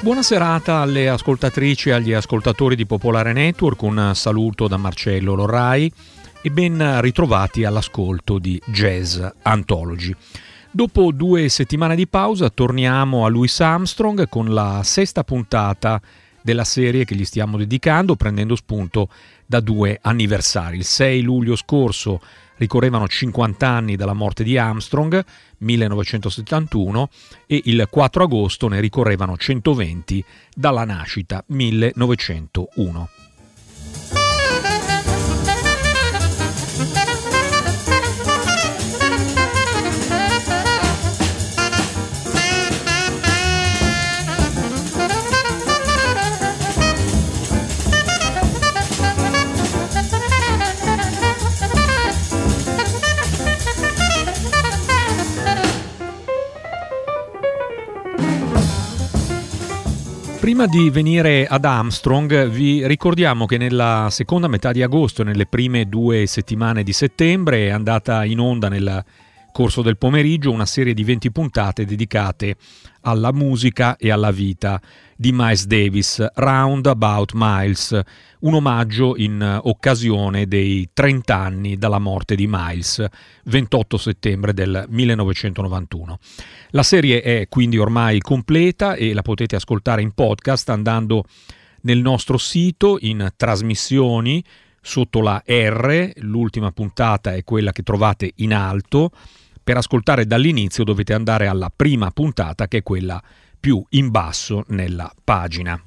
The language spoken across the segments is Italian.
Buona serata alle ascoltatrici e agli ascoltatori di Popolare Network, un saluto da Marcello Lorrai e ben ritrovati all'ascolto di Jazz Anthology. Dopo 2 settimane di pausa torniamo a Louis Armstrong con la 6ª puntata della serie che gli stiamo dedicando, prendendo spunto da 2 anniversari. Il 6 luglio scorso ricorrevano 50 anni dalla morte di Armstrong, 1971, e il 4 agosto ne ricorrevano 120 dalla nascita, 1901. Prima di venire ad Armstrong vi ricordiamo che nella seconda metà di agosto e nelle prime 2 settimane di settembre è andata in onda nel corso del pomeriggio una serie di 20 puntate dedicate alla musica e alla vita di Miles Davis, Round About Miles, un omaggio in occasione dei 30 anni dalla morte di Miles, 28 settembre del 1991. La serie è quindi ormai completa e la potete ascoltare in podcast andando nel nostro sito in trasmissioni sotto la R, l'ultima puntata è quella che trovate in alto. Per ascoltare dall'inizio dovete andare alla prima puntata, che è quella più in basso nella pagina.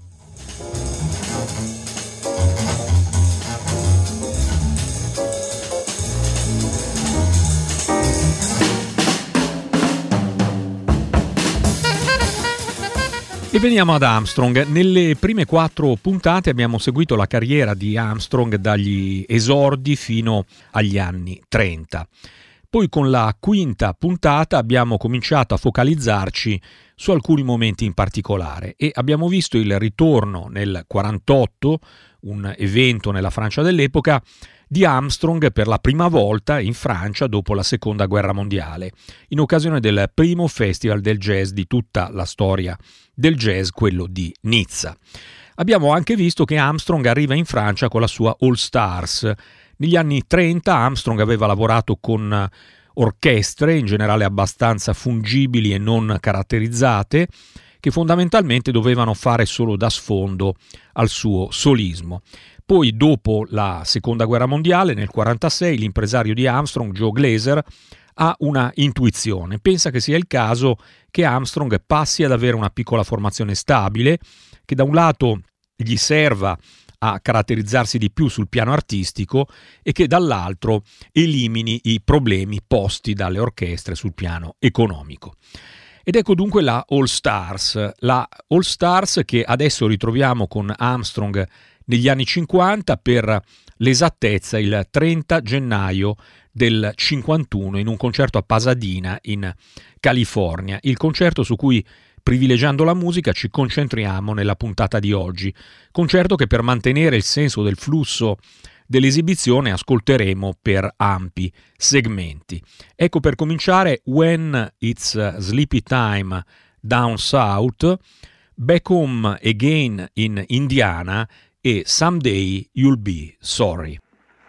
E veniamo ad Armstrong. Nelle prime 4 puntate abbiamo seguito la carriera di Armstrong dagli esordi fino agli anni 30. Poi con la 5ª puntata abbiamo cominciato a focalizzarci su alcuni momenti in particolare e abbiamo visto il ritorno nel 48, un evento nella Francia dell'epoca, di Armstrong per la prima volta in Francia dopo la Seconda Guerra Mondiale, in occasione del primo festival del jazz di tutta la storia del jazz, quello di Nizza. Abbiamo anche visto che Armstrong arriva in Francia con la sua All Stars. Negli anni 30 Armstrong aveva lavorato con orchestre, in generale abbastanza fungibili e non caratterizzate, che fondamentalmente dovevano fare solo da sfondo al suo solismo. Poi, dopo la Seconda Guerra Mondiale, nel 1946, l'impresario di Armstrong, Joe Glaser, ha una intuizione. Pensa che sia il caso che Armstrong passi ad avere una piccola formazione stabile, che da un lato gli serva a caratterizzarsi di più sul piano artistico e che dall'altro elimini i problemi posti dalle orchestre sul piano economico. Ed ecco dunque la All Stars che adesso ritroviamo con Armstrong negli anni 50, per l'esattezza il 30 gennaio del 51 in un concerto a Pasadena in California, il concerto su cui, privilegiando la musica, ci concentriamo nella puntata di oggi. Concerto che, per mantenere il senso del flusso dell'esibizione, ascolteremo per ampi segmenti. Ecco, per cominciare, When It's Sleepy Time Down South, Back Home Again in Indiana e Someday You'll Be Sorry.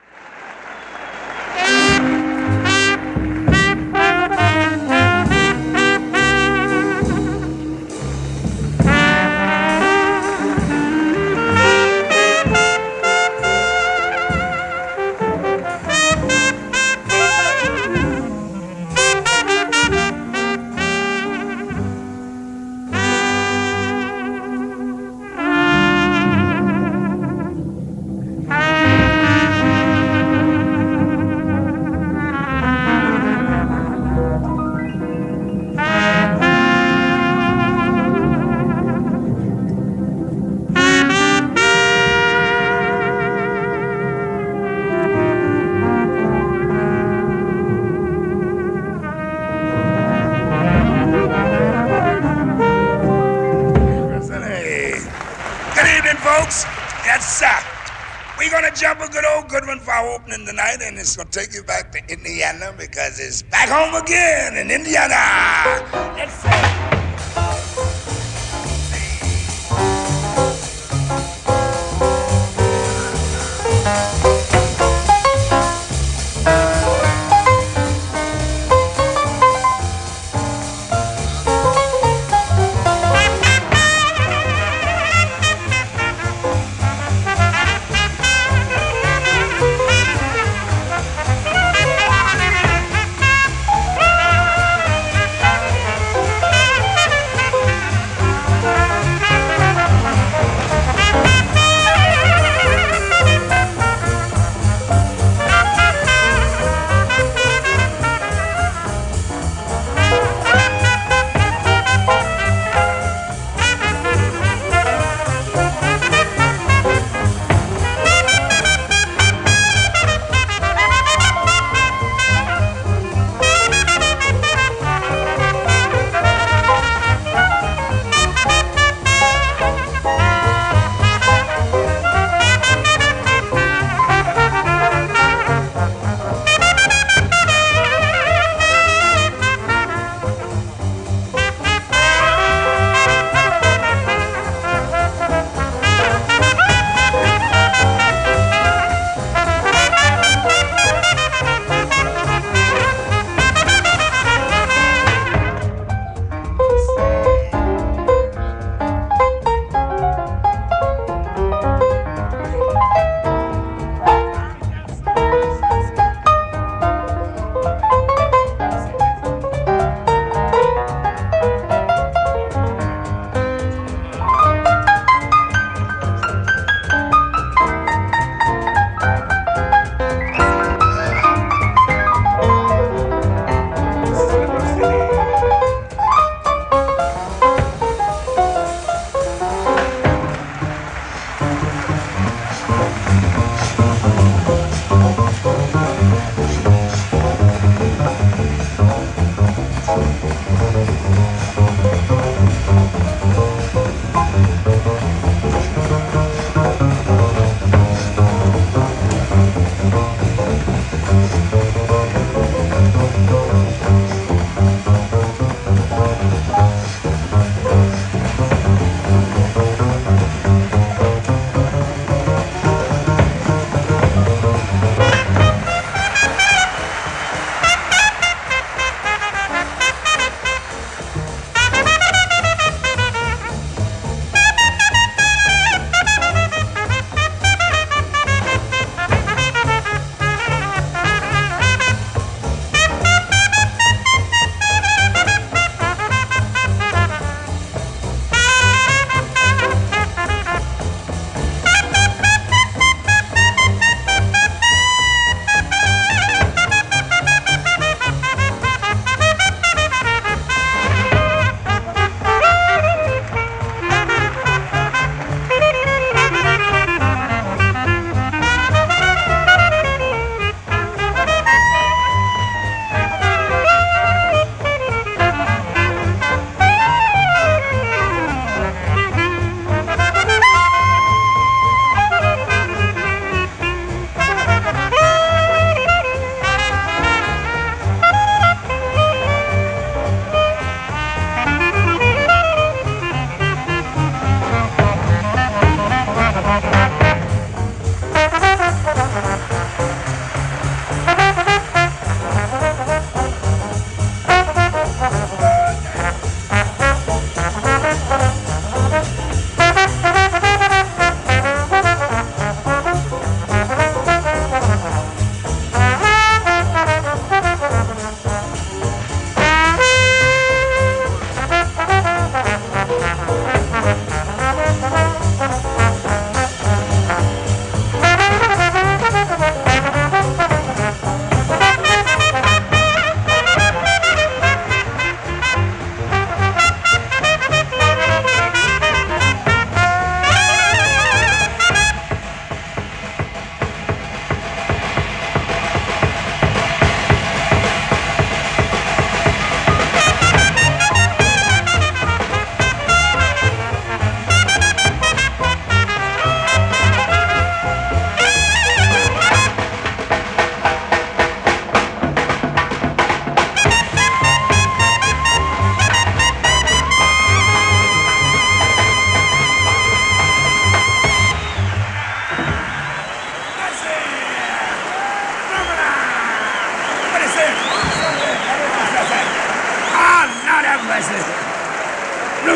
Jump a good old good one for our opening tonight, and it's going to take you back to Indiana because it's back home again in Indiana. Let's say.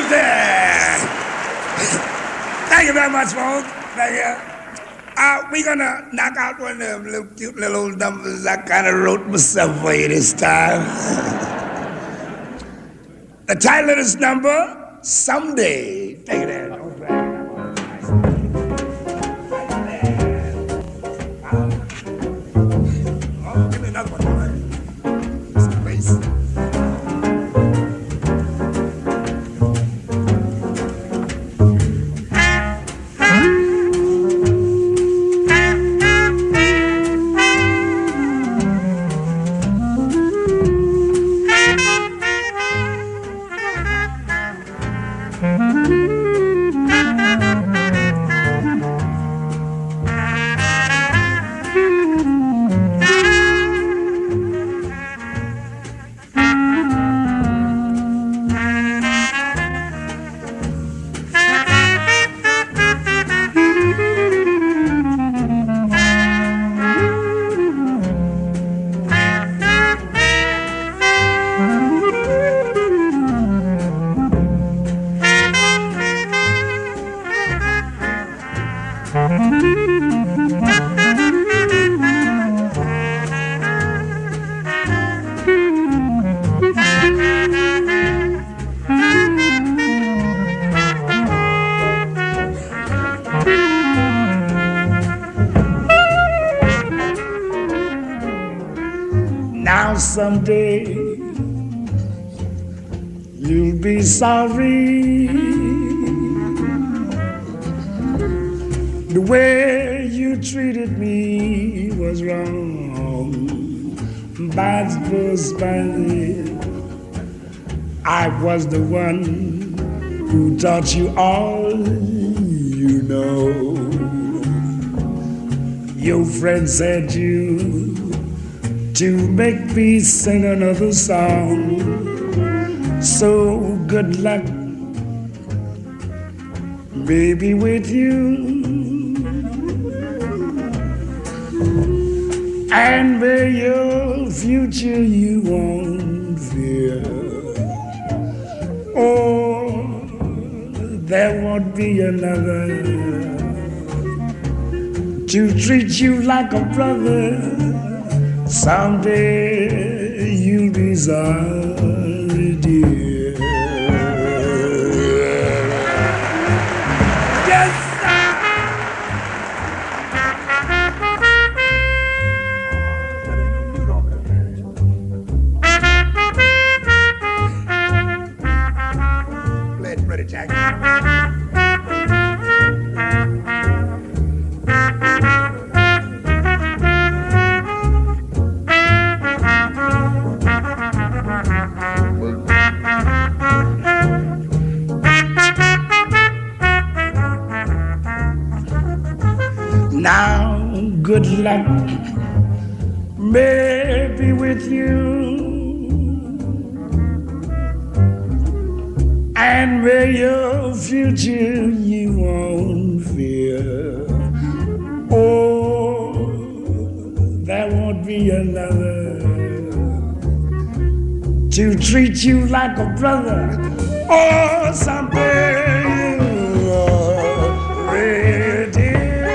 Okay. Thank you very much, folks. Thank you. We're gonna knock out one of them little cute little old numbers I kind of wrote myself for you this time. The title of this number, Someday. Take it in. Oh, give me another one. Space. Now someday you'll be sorry the way you treated me was wrong. But I was the one who taught you all you know. Your friend said you to make me sing another song. So good luck, baby, with you. And may your future you won't fear. Oh, there won't be another to treat you like a brother. Someday you'll be sorry, dear. Yes, sir. Play it, Freddie Jackson. Now, good luck may be with you, and may your future you won't fear. Oh, there won't be another to treat you like a brother. Oh, someday you're ready.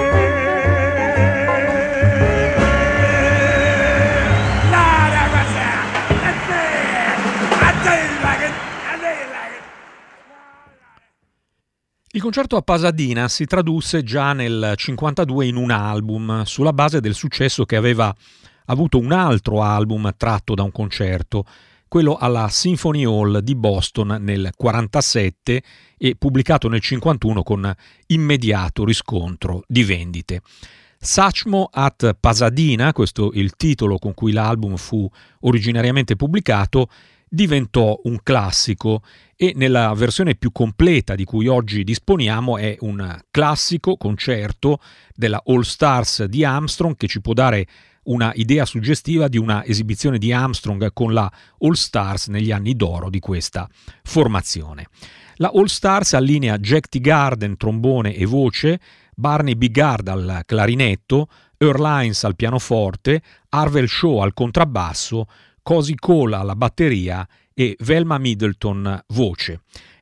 Il concerto a Pasadena si tradusse già nel 1952 in un album, sulla base del successo che aveva avuto un altro album tratto da un concerto, quello alla Symphony Hall di Boston nel 1947 e pubblicato nel 1951 con immediato riscontro di vendite. Satchmo at Pasadena, questo è il titolo con cui l'album fu originariamente pubblicato, diventò un classico e nella versione più completa di cui oggi disponiamo è un classico concerto della All Stars di Armstrong che ci può dare una idea suggestiva di una esibizione di Armstrong con la All Stars negli anni d'oro di questa formazione. La All Stars allinea Jack Teagarden trombone e voce, Barney Bigard al clarinetto, Earl Hines al pianoforte, Harvell Shaw al contrabbasso, Cozy Cole alla batteria e Velma Middleton voce.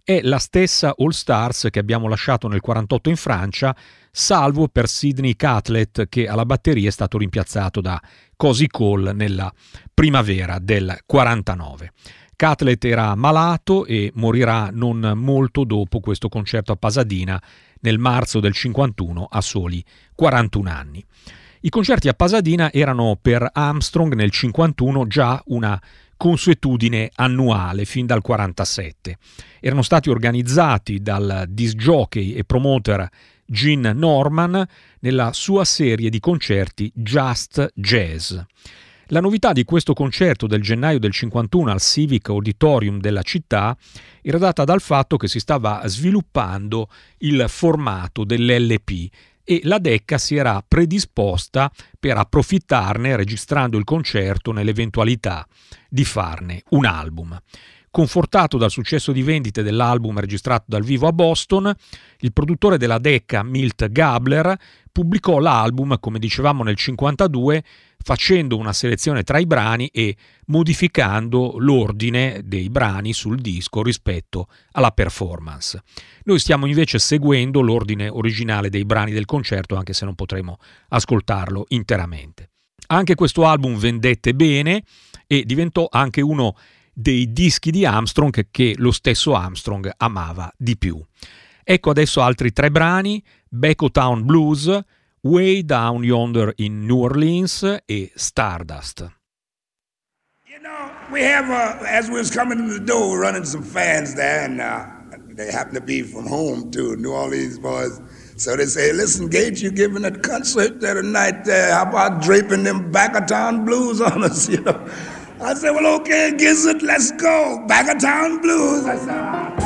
è la stessa All Stars che abbiamo lasciato nel 48 in Francia, salvo per Sidney Catlett, che alla batteria è stato rimpiazzato da Cozy Cole nella primavera del 49. Catlett era malato e morirà non molto dopo questo concerto a Pasadena nel marzo del 51 a soli 41 anni. I concerti a Pasadena erano per Armstrong nel 51 già una consuetudine annuale fin dal 47. Erano stati organizzati dal disc jockey e promoter Gene Norman nella sua serie di concerti Just Jazz. La novità di questo concerto del gennaio del 51 al Civic Auditorium della città era data dal fatto che si stava sviluppando il formato dell'LP e la Decca si era predisposta per approfittarne registrando il concerto nell'eventualità di farne un album. Confortato dal successo di vendite dell'album registrato dal vivo a Boston, il produttore della Decca, Milt Gabler, pubblicò l'album, come dicevamo nel 52, facendo una selezione tra i brani e modificando l'ordine dei brani sul disco rispetto alla performance. Noi stiamo invece seguendo l'ordine originale dei brani del concerto, anche se non potremo ascoltarlo interamente. Anche questo album vendette bene e diventò anche uno dei dischi di Armstrong che lo stesso Armstrong amava di più. Ecco adesso altri 3 brani: Back Town Blues, Way Down Yonder in New Orleans e Stardust. You know, we have, as we was coming in the door, running some fans there, and they happen to be from home too, New Orleans boys. So they say, listen, Gates, you giving a concert there tonight, how about draping them Back Town Blues on us, you know? I said, well, okay, Gizzard, let's go. Back Town Blues. I said,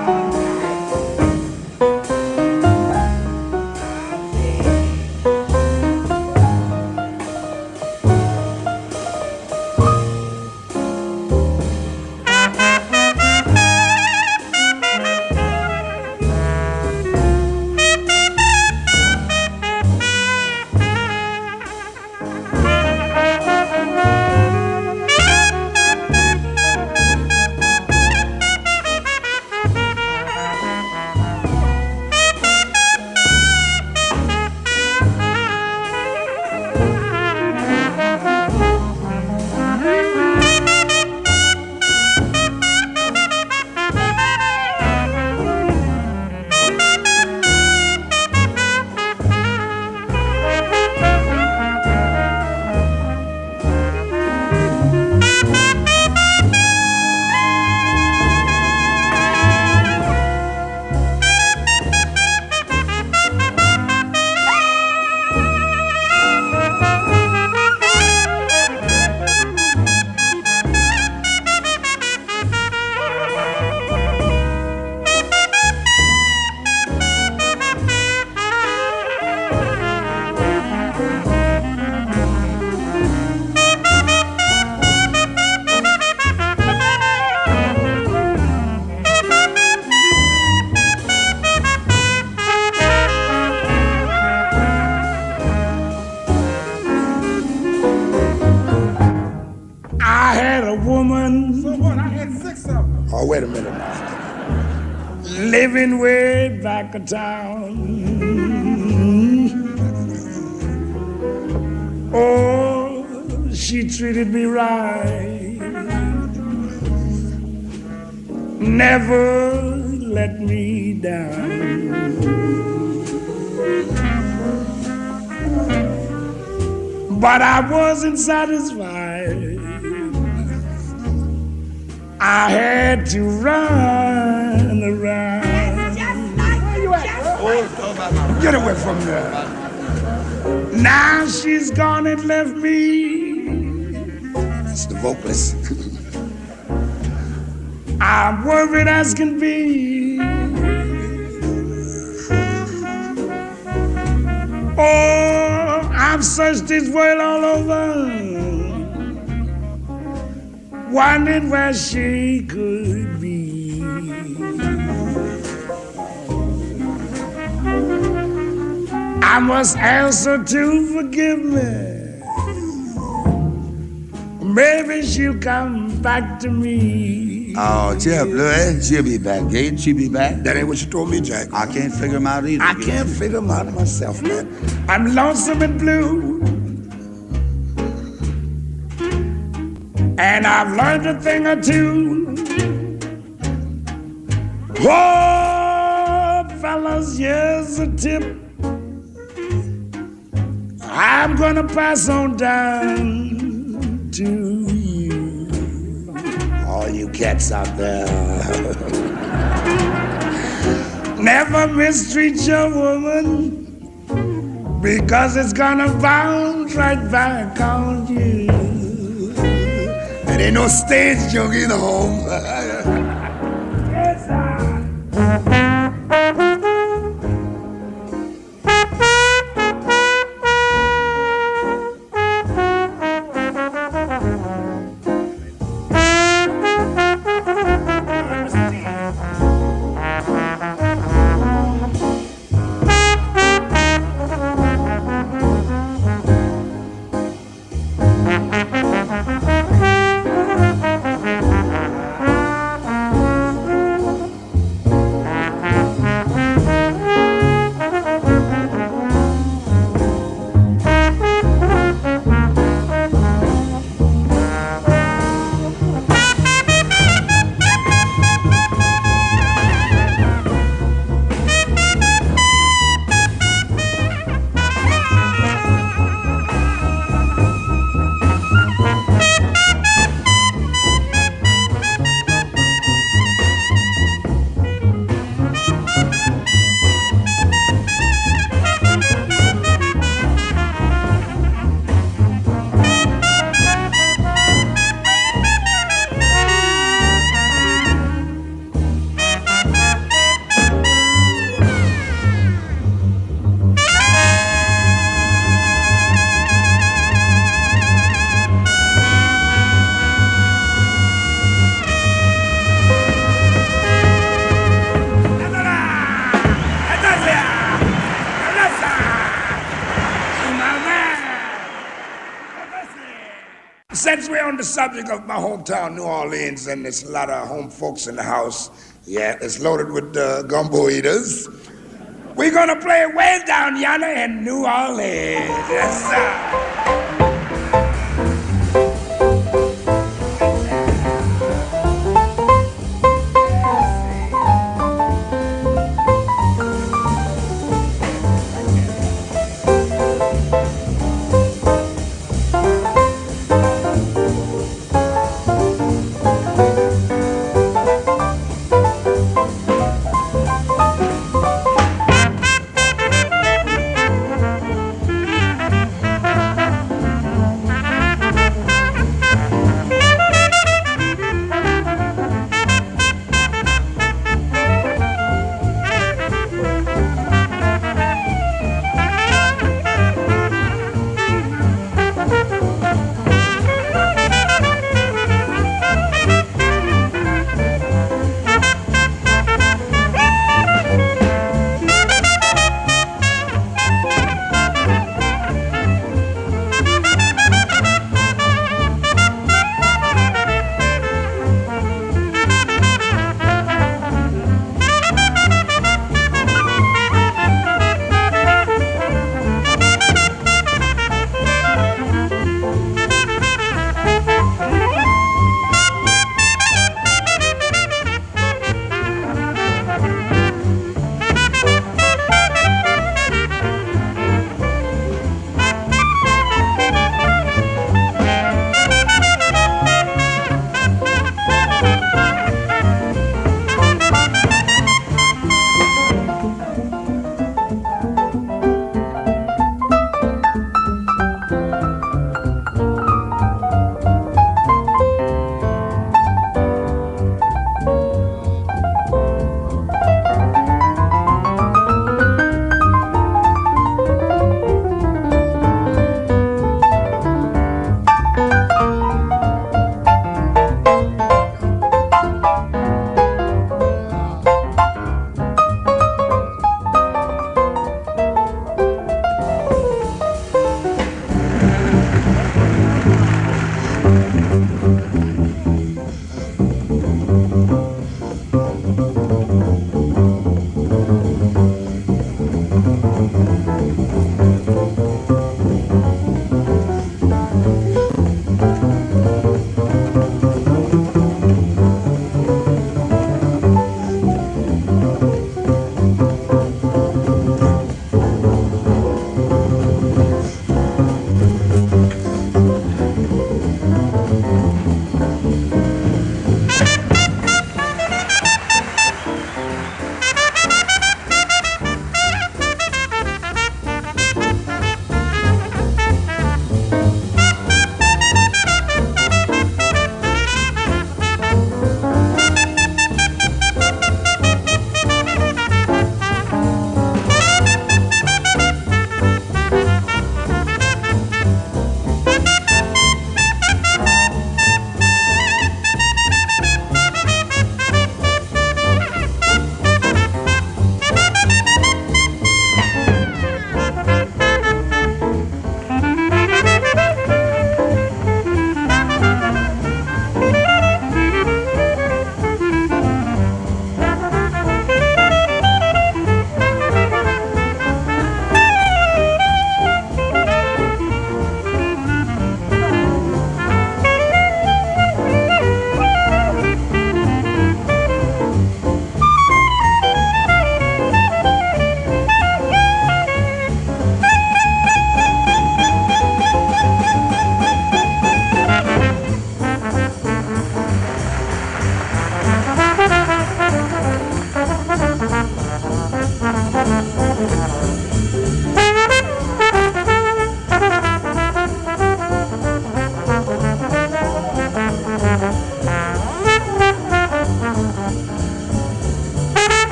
oh, wait a minute now. Living way back of town. Oh, she treated me right. Never let me down. But I wasn't satisfied. I had to run around. Where you at? Get away from there. Now she's gone and left me. It's the vocalist. I'm worried as can be. Oh, I've searched this world all over, wondered where she could be. I must ask her to forgive me. Maybe she'll come back to me. Oh, tell Blue, she'll be back. Gage, she'll be back. That ain't what you told me, Jack. I can't figure him out either. I can't figure him out myself, man. I'm lonesome and blue. And I've learned a thing or two. Oh, fellas, here's a tip. I'm gonna pass on down to you, all you cats out there. Never mistreat your woman, because it's gonna bounce right back on you. And ain't no stage junk in the home. Yes, Since we're on the subject of my hometown, New Orleans, and there's a lot of home folks in the house, yeah, it's loaded with gumbo eaters, we're gonna play way down yonder in New Orleans. Yes, sir.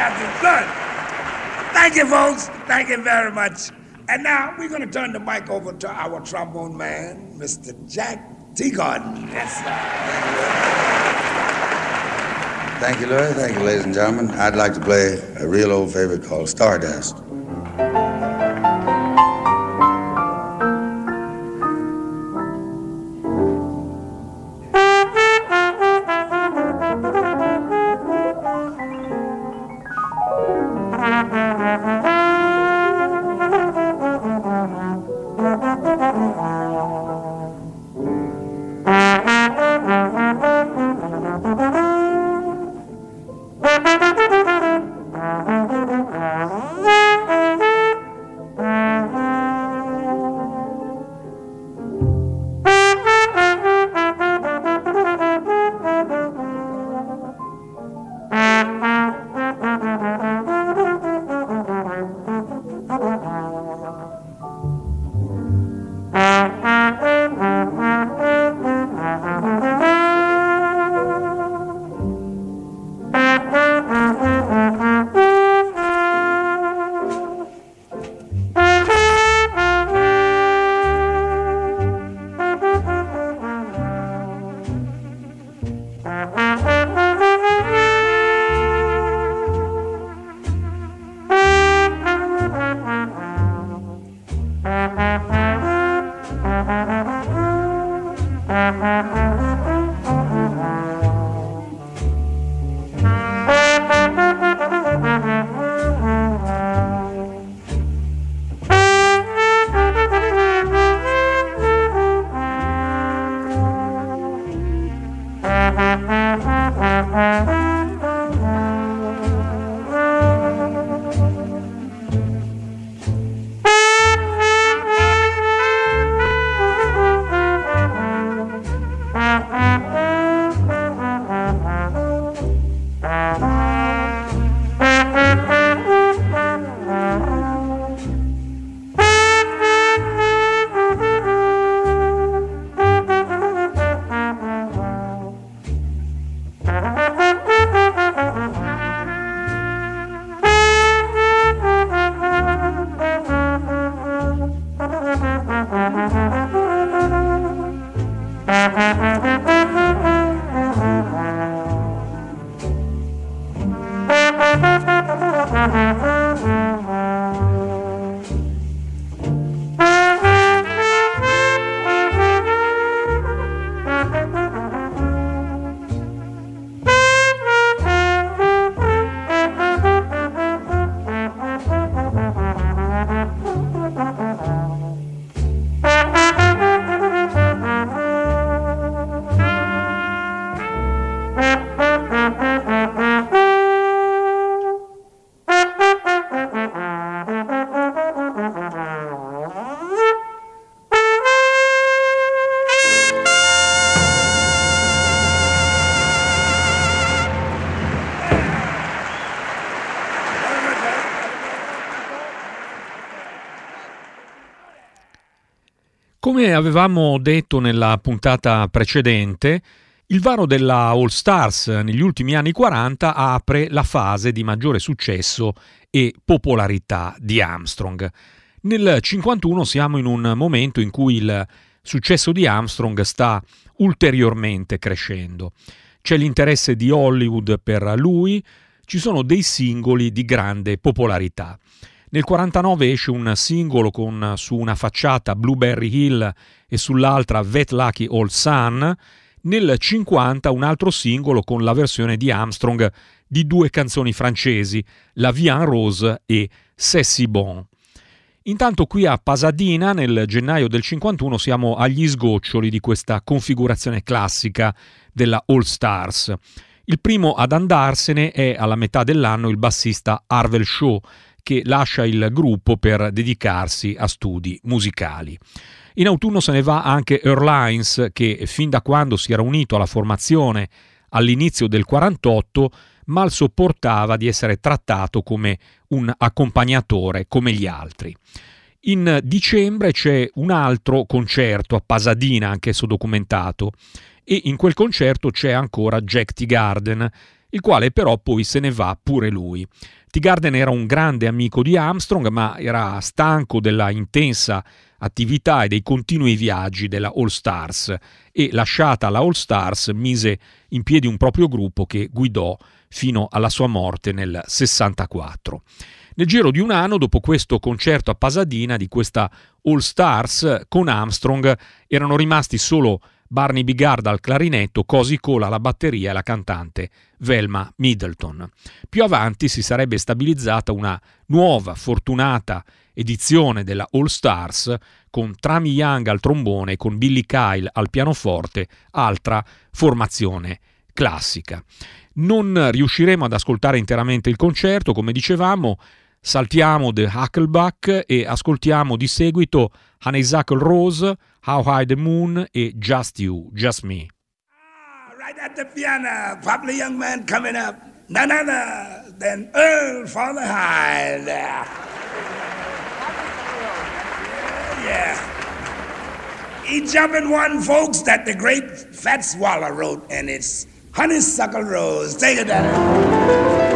got you. Good. Thank you, folks. Thank you very much. And now we're going to turn the mic over to our trombone man, Mr. Jack Teagarden. Yes, sir. Thank you, Louis. Thank you, ladies and gentlemen. I'd like to play a real old favorite called Stardust. Come avevamo detto nella puntata precedente, il varo della All Stars negli ultimi anni 40 apre la fase di maggiore successo e popolarità di Armstrong. Nel 51 siamo in un momento in cui il successo di Armstrong sta ulteriormente crescendo. C'è l'interesse di Hollywood per lui, ci sono dei singoli di grande popolarità. Nel 49 esce un singolo con su una facciata Blueberry Hill e sull'altra That Lucky Old Sun. Nel 50 un altro singolo con la versione di Armstrong di due canzoni francesi, La Vie en Rose e C'est si bon. Intanto qui a Pasadena, nel gennaio del 51, siamo agli sgoccioli di questa configurazione classica della All Stars. Il primo ad andarsene è alla metà dell'anno il bassista Arvell Shaw, che lascia il gruppo per dedicarsi a studi musicali. In autunno se ne va anche Earl Hines, che fin da quando si era unito alla formazione all'inizio del 48 mal sopportava di essere trattato come un accompagnatore come gli altri. In dicembre c'è un altro concerto a Pasadena, anch'esso documentato, e in quel concerto c'è ancora Jack Teagarden, il quale però poi se ne va pure lui. Teagarden era un grande amico di Armstrong, ma era stanco della intensa attività e dei continui viaggi della All Stars e, lasciata la All Stars, mise in piedi un proprio gruppo che guidò fino alla sua morte nel 64. Nel giro di un anno, dopo questo concerto a Pasadena di questa All Stars, con Armstrong erano rimasti solo Barney Bigard al clarinetto, Cozy Cole alla batteria e la cantante Velma Middleton. Più avanti si sarebbe stabilizzata una nuova, fortunata edizione della All Stars con Trami Young al trombone e con Billy Kyle al pianoforte, altra formazione classica. Non riusciremo ad ascoltare interamente il concerto, come dicevamo, saltiamo The Hucklebuck e ascoltiamo di seguito Honeysuckle Rose, How High the Moon e Just You, Just Me. Right at the piano, popular young man coming up, none other than Earl Father Hyde. Yeah. He jumping one, folks, that the great Fat Swallow wrote, and it's Honeysuckle Rose. Take it down.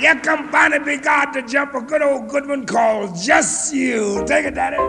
Here come Bonnie Bigard to jump a good old good one called Just You. Take it, Daddy.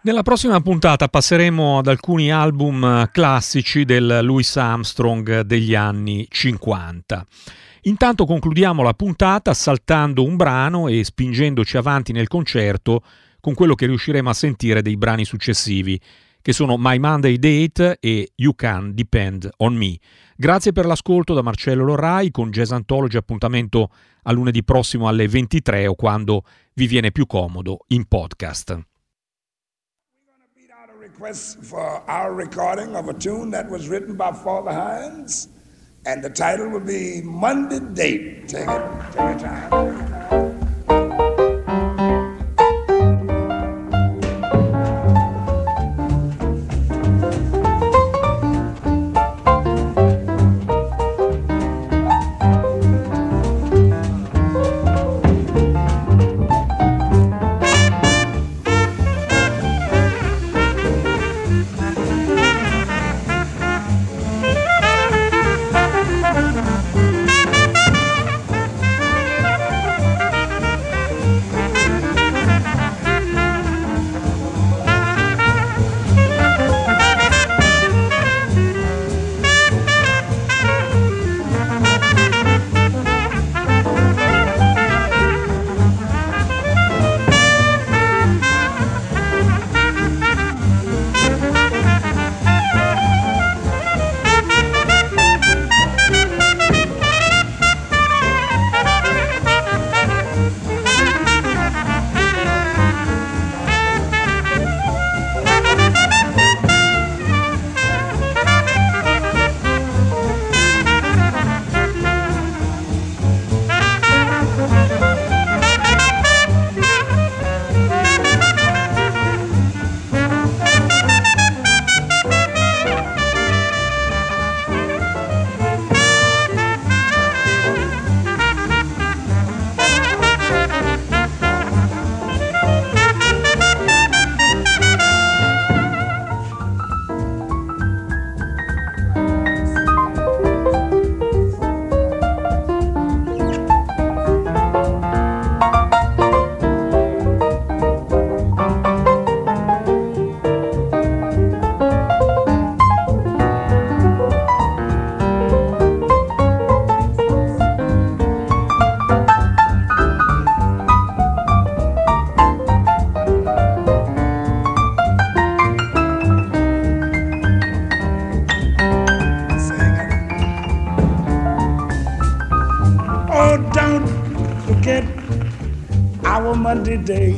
Nella prossima puntata passeremo ad alcuni album classici del Louis Armstrong degli anni 50. Intanto concludiamo la puntata saltando un brano e spingendoci avanti nel concerto con quello che riusciremo a sentire dei brani successivi, che sono My Monday Date e You Can Depend on Me. Grazie per l'ascolto da Marcello Lorrai con Jazz Anthology, appuntamento a lunedì prossimo alle 23 o quando vi viene più comodo in podcast. Request for our recording of a tune that was written by Father Hines, and the title will be Monday Date. Take your time. Monday day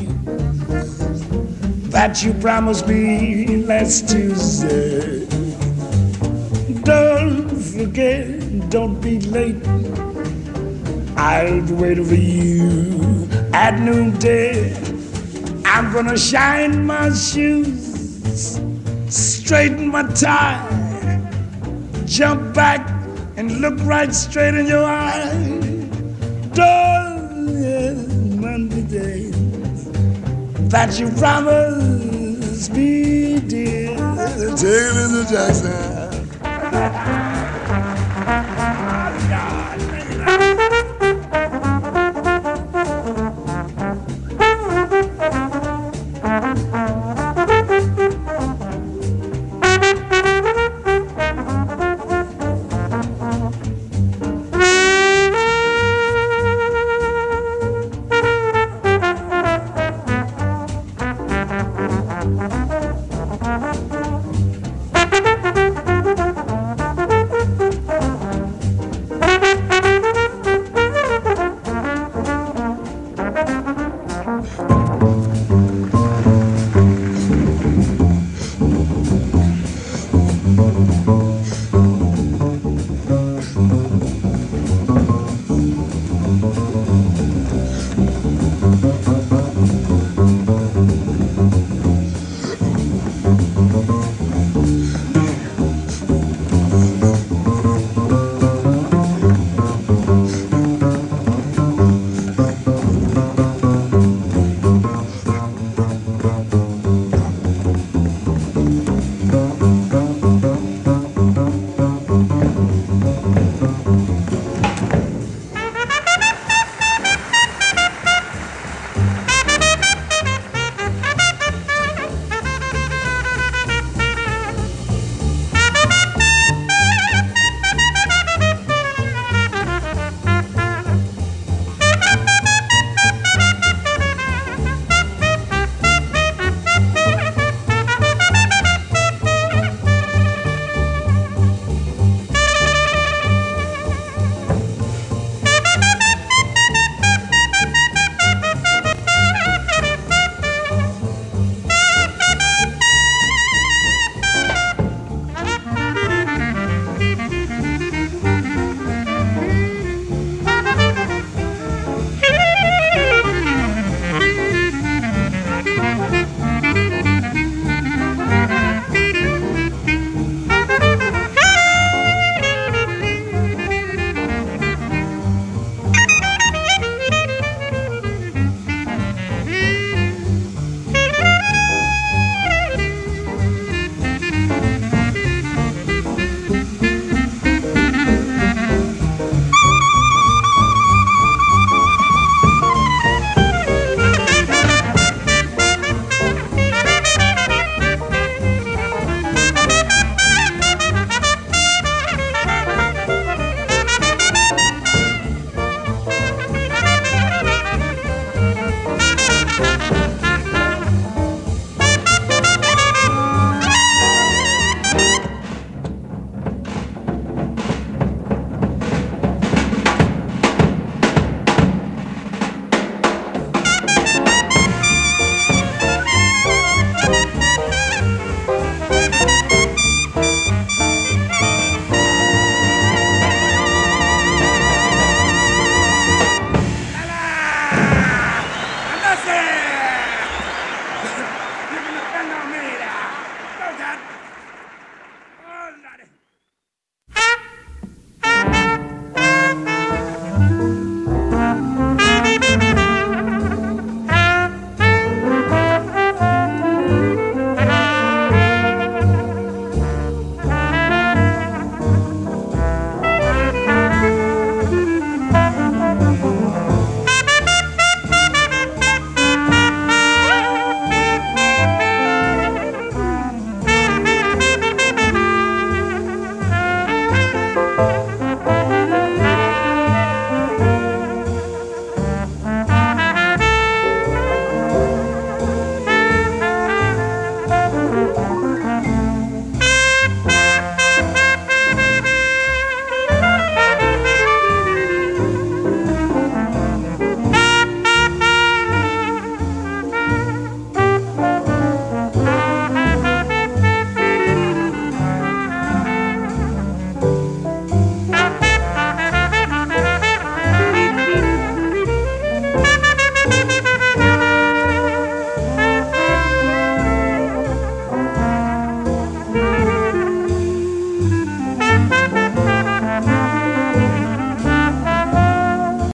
that you promised me last Tuesday. Don't forget, don't be late. I'll wait for you at noonday. I'm gonna shine my shoes, straighten my tie, jump back and look right straight in your eyes. Monday day that you promised me, dear. Take it, Mr. Jackson. Oh, God.